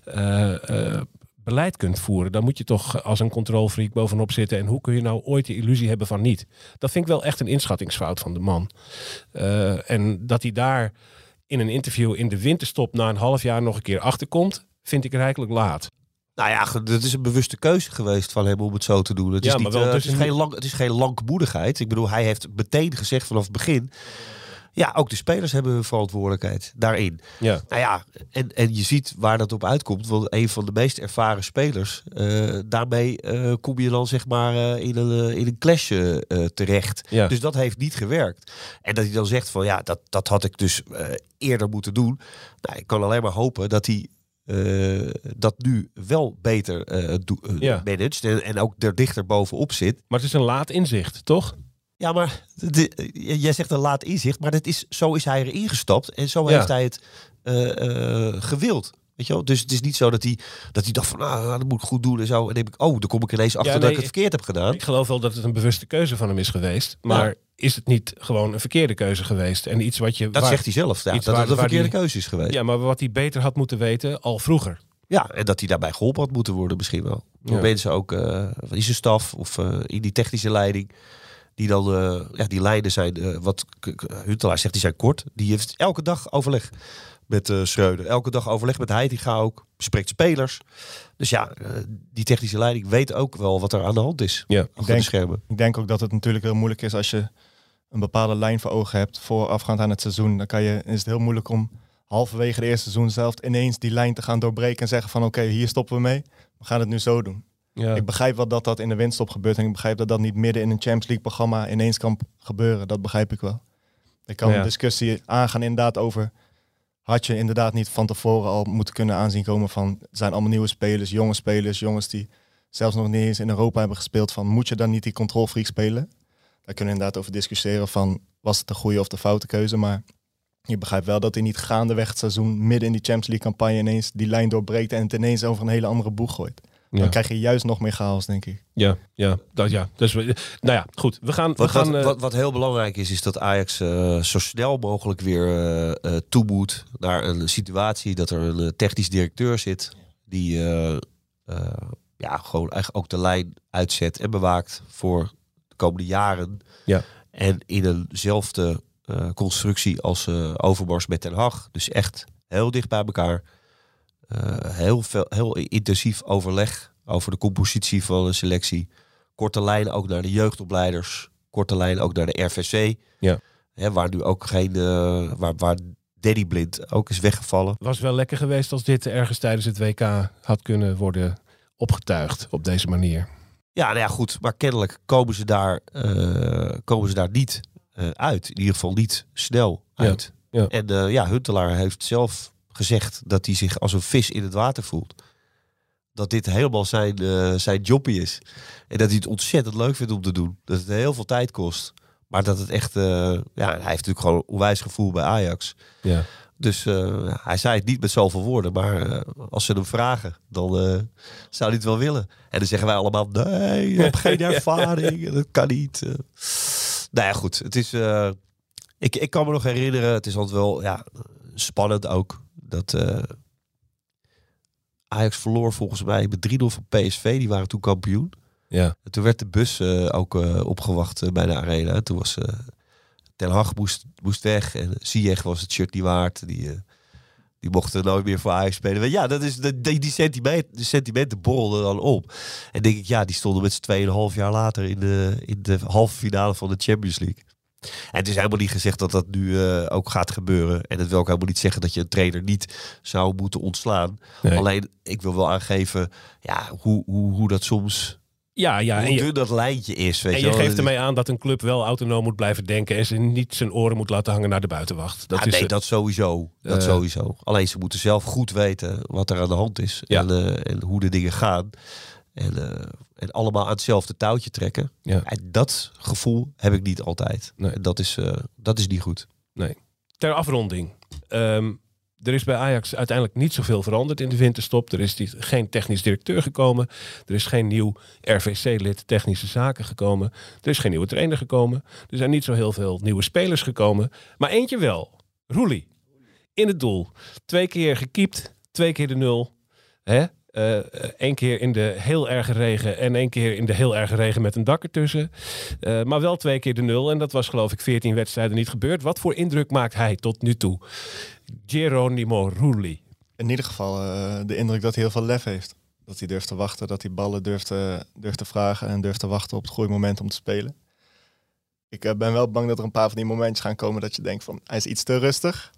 beleid kunt voeren? Dan moet je toch als een controlfreak bovenop zitten. En hoe kun je nou ooit de illusie hebben van niet? Dat vind ik wel echt een inschattingsfout van de man. En dat hij daar in een interview in de winterstop na een half jaar nog een keer achterkomt, vind ik rijkelijk laat. Nou ja, dat is een bewuste keuze geweest van hem om het zo te doen. Het is geen langmoedigheid. Ik bedoel, hij heeft meteen gezegd vanaf het begin, ja, ook de spelers hebben hun verantwoordelijkheid daarin. Ja. Nou ja, en je ziet waar dat op uitkomt. Want een van de meest ervaren spelers, daarmee kom je dan zeg maar in een clash terecht. Ja. Dus dat heeft niet gewerkt. En dat hij dan zegt van ja, dat had ik dus eerder moeten doen. Nou, ik kan alleen maar hopen dat hij dat nu wel beter managt en ook er dichter bovenop zit. Maar het is een laat inzicht, toch? Ja, maar jij zegt een laat inzicht, maar zo is hij erin gestapt en zo heeft hij het gewild. Weet je wel? Dus het is niet zo dat hij dacht van, dat moet ik goed doen en zo. En dan denk ik, dan kom ik ineens achter dat ik het verkeerd heb gedaan. Ik geloof wel dat het een bewuste keuze van hem is geweest. Maar is het niet gewoon een verkeerde keuze geweest? En iets wat je... Dat zegt hij zelf, dat het een verkeerde keuze is geweest. Ja, maar wat hij beter had moeten weten al vroeger. Ja, en dat hij daarbij geholpen had moeten worden misschien wel. Door mensen ook in zijn staf of in die technische leiding. Die dan, die lijnen zijn, wat Huntelaar zegt, die zijn kort. Die heeft elke dag overleg met Schreuder. Elke dag overleg met Heitinga ook. Bespreekt spelers. Dus ja, die technische leiding weet ook wel wat er aan de hand is. Ja, ik denk ook dat het natuurlijk heel moeilijk is als je een bepaalde lijn voor ogen hebt voorafgaand aan het seizoen. Dan is het heel moeilijk om halverwege de eerste seizoen zelf ineens die lijn te gaan doorbreken en zeggen van oké, hier stoppen we mee. We gaan het nu zo doen. Ja. Ik begrijp wel dat in de winststop gebeurt en ik begrijp dat niet midden in een Champions League programma ineens kan gebeuren. Dat begrijp ik wel. Ik kan een discussie aangaan inderdaad over, had je inderdaad niet van tevoren al moeten kunnen aanzien komen van, het zijn allemaal nieuwe spelers, jongens die zelfs nog niet eens in Europa hebben gespeeld, van moet je dan niet die controlfreak spelen? Daar kunnen we inderdaad over discussiëren van, was het de goede of de foute keuze, maar je begrijpt wel dat hij niet gaandeweg het seizoen midden in die Champions League campagne ineens die lijn doorbreekt en het ineens over een hele andere boeg gooit. Dan krijg je juist nog meer chaos, denk ik. Dus, nou ja, goed. Wat heel belangrijk is dat Ajax zo snel mogelijk weer toe moet naar een situatie dat er een technisch directeur zit die gewoon eigenlijk ook de lijn uitzet en bewaakt voor de komende jaren. Ja. En in eenzelfde constructie als Overmars met Ten Hag. Dus echt heel dicht bij elkaar. Heel intensief overleg over de compositie van de selectie. Korte lijnen ook naar de jeugdopleiders. Korte lijnen ook naar de RVC. Ja. Waar nu ook geen... waar Danny Blind ook is weggevallen. Het was wel lekker geweest als dit ergens tijdens het WK had kunnen worden opgetuigd op deze manier. Ja, nou ja, goed. Maar kennelijk komen ze daar niet uit. In ieder geval niet snel uit. Ja. En Huntelaar heeft zelf gezegd dat hij zich als een vis in het water voelt. Dat dit helemaal zijn jobbie is. En dat hij het ontzettend leuk vindt om te doen. Dat het heel veel tijd kost. Maar dat het echt... hij heeft natuurlijk gewoon een onwijs gevoel bij Ajax. Ja. Dus hij zei het niet met zoveel woorden. Maar als ze hem vragen, dan zou hij het wel willen. En dan zeggen wij allemaal... Nee, je hebt geen ervaring. Dat kan niet. Nou ja, goed. Het is... Ik kan me nog herinneren... Het is altijd wel spannend ook. Dat Ajax verloor volgens mij met 3-0 van PSV. Die waren toen kampioen. Ja. En toen werd de bus ook opgewacht bij de arena. Toen was... Ten Hag moest weg en Ziyech was het shirt niet waard. Die mochten nooit meer voor Ajax spelen. Ja, dat is die sentimenten borrelden dan op. En denk ik, die stonden met z'n 2,5 jaar later in de halve finale van de Champions League. En het is helemaal niet gezegd dat dat nu ook gaat gebeuren. En het wil ook helemaal niet zeggen dat je een trainer niet zou moeten ontslaan. Nee. Alleen, ik wil wel aangeven hoe dat soms... hoe dun dat lijntje is. Weet je geeft ermee aan dat een club wel autonoom moet blijven denken en ze niet zijn oren moet laten hangen naar de buitenwacht. Dat sowieso. Sowieso. Alleen ze moeten zelf goed weten wat er aan de hand is. Ja. En hoe de dingen gaan. En allemaal aan hetzelfde touwtje trekken. Ja. En dat gevoel heb ik niet altijd. Nee. En dat is niet goed. Nee. Ter afronding. Er is bij Ajax uiteindelijk niet zoveel veranderd in de winterstop. Er is geen technisch directeur gekomen. Er is geen nieuw RVC-lid technische zaken gekomen. Er is geen nieuwe trainer gekomen. Er zijn niet zo heel veel nieuwe spelers gekomen. Maar eentje wel. Roelie. In het doel. 2 keer gekiept. 2 keer de 0. 1 keer in de heel erge regen en 1 keer in de heel erge regen met een dak ertussen. Maar wel 2 keer de 0. En dat was geloof ik 14 wedstrijden niet gebeurd. Wat voor indruk maakt hij tot nu toe? Geronimo Roelie. In ieder geval de indruk dat hij heel veel lef heeft. Dat hij durft te wachten, dat hij ballen durft te vragen en durft te wachten op het goede moment om te spelen. Ik ben wel bang dat er een paar van die momentjes gaan komen dat je denkt van, hij is iets te rustig.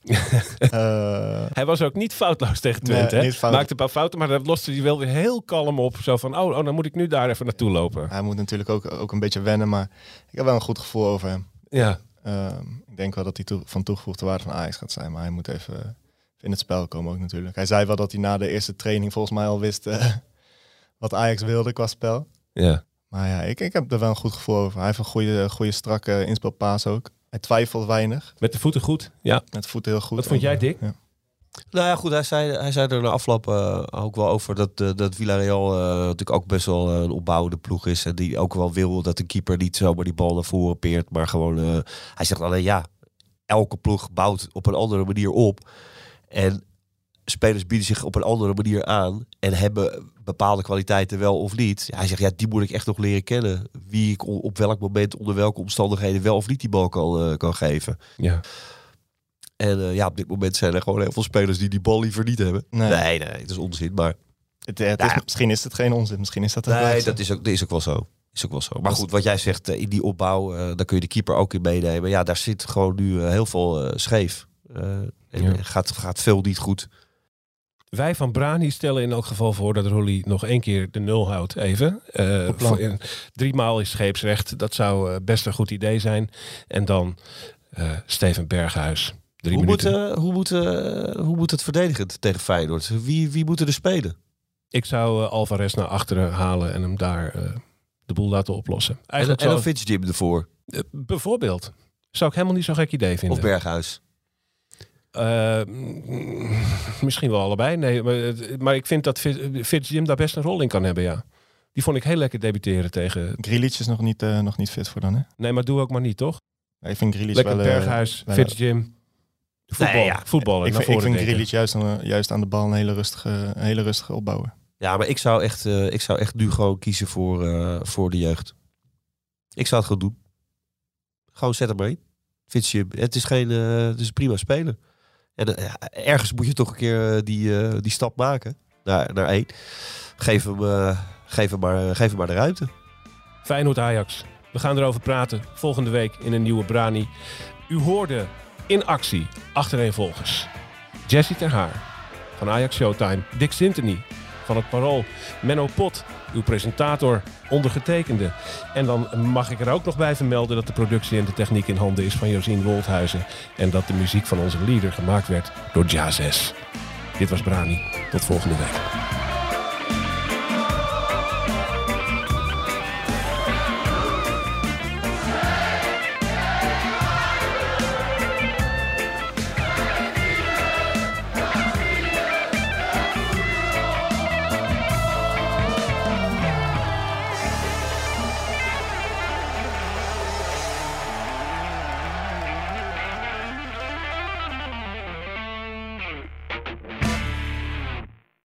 Hij was ook niet foutloos tegen Twente. Nee, maakte een paar fouten, maar dat loste hij wel weer heel kalm op. Zo van, dan moet ik nu daar even naartoe lopen. Hij moet natuurlijk ook een beetje wennen, maar ik heb wel een goed gevoel over hem. Ja. Ik denk wel dat hij van toegevoegde waarde van Ajax gaat zijn, maar hij moet even in het spel komen ook natuurlijk. Hij zei wel dat hij na de eerste training volgens mij al wist wat Ajax wilde qua spel. Ja. Maar ik heb er wel een goed gevoel over. Hij heeft een goede strakke inspelpaas ook. Hij twijfelt weinig. Met de voeten goed? Ja. Met de voeten heel goed. Wat vond jij, Dick? Ja. Nou ja, goed. Hij zei er na afloop ook wel over dat Villarreal natuurlijk ook best wel een opbouwende ploeg is. En die ook wel wil dat de keeper niet zomaar die bal naar voren peert. Maar gewoon, hij zegt alleen elke ploeg bouwt op een andere manier op. En spelers bieden zich op een andere manier aan en hebben bepaalde kwaliteiten wel of niet. Hij zegt, die moet ik echt nog leren kennen. Wie ik op welk moment, onder welke omstandigheden wel of niet die bal kan geven. Ja. En op dit moment zijn er gewoon heel veel spelers die bal liever niet hebben. Nee, dat is onzin. Maar misschien is het geen onzin. Misschien is dat dat is ook wel zo. Maar goed, wat jij zegt, in die opbouw, daar kun je de keeper ook in meenemen. Ja, daar zit gewoon nu heel veel scheef. Gaat veel niet goed. Wij van Brani stellen in elk geval voor dat Roelie nog 1 keer de 0 houdt. Even. 3 maal is scheepsrecht. Dat zou best een goed idee zijn. En dan Steven Berghuis. 3 minuten. Hoe moet het verdedigend tegen Feyenoord? Wie moeten er spelen? Ik zou Alvarez naar achteren halen en hem daar de boel laten oplossen. En dan Fitzjim ervoor? Bijvoorbeeld. Zou ik helemaal niet zo'n gek idee vinden. Of Berghuis? Misschien wel allebei. Nee, maar ik vind dat Fitzjim daar best een rol in kan hebben, ja. Die vond ik heel lekker debuteren tegen... Grealish is nog niet fit voor dan, hè? Nee, maar doe ook maar niet, toch? Ja, ik vind Grealish lekker wel... Fitzjim. Voetballen. Ik vind Grealish juist aan de bal een hele rustige opbouwer. Ja, maar ik zou echt nu gewoon kiezen voor de jeugd. Ik zou het gewoon doen. Gewoon zet hem maar in. Fitzjim. Het is een prima speler. En ergens moet je toch een keer die stap maken naar 1. Geef hem maar de ruimte. Feyenoord Ajax. We gaan erover praten volgende week in een nieuwe Brani. U hoorde in actie achtereenvolgers. Jesse Ter Haar van Ajax Showtime. Dick Sintony van het Parool. Menno Pot, uw presentator, ondergetekende. En dan mag ik er ook nog bij vermelden dat de productie en de techniek in handen is van Josien Wolthuizen. En dat de muziek van onze leader gemaakt werd door Jazz. Dit was Brani. Tot volgende week.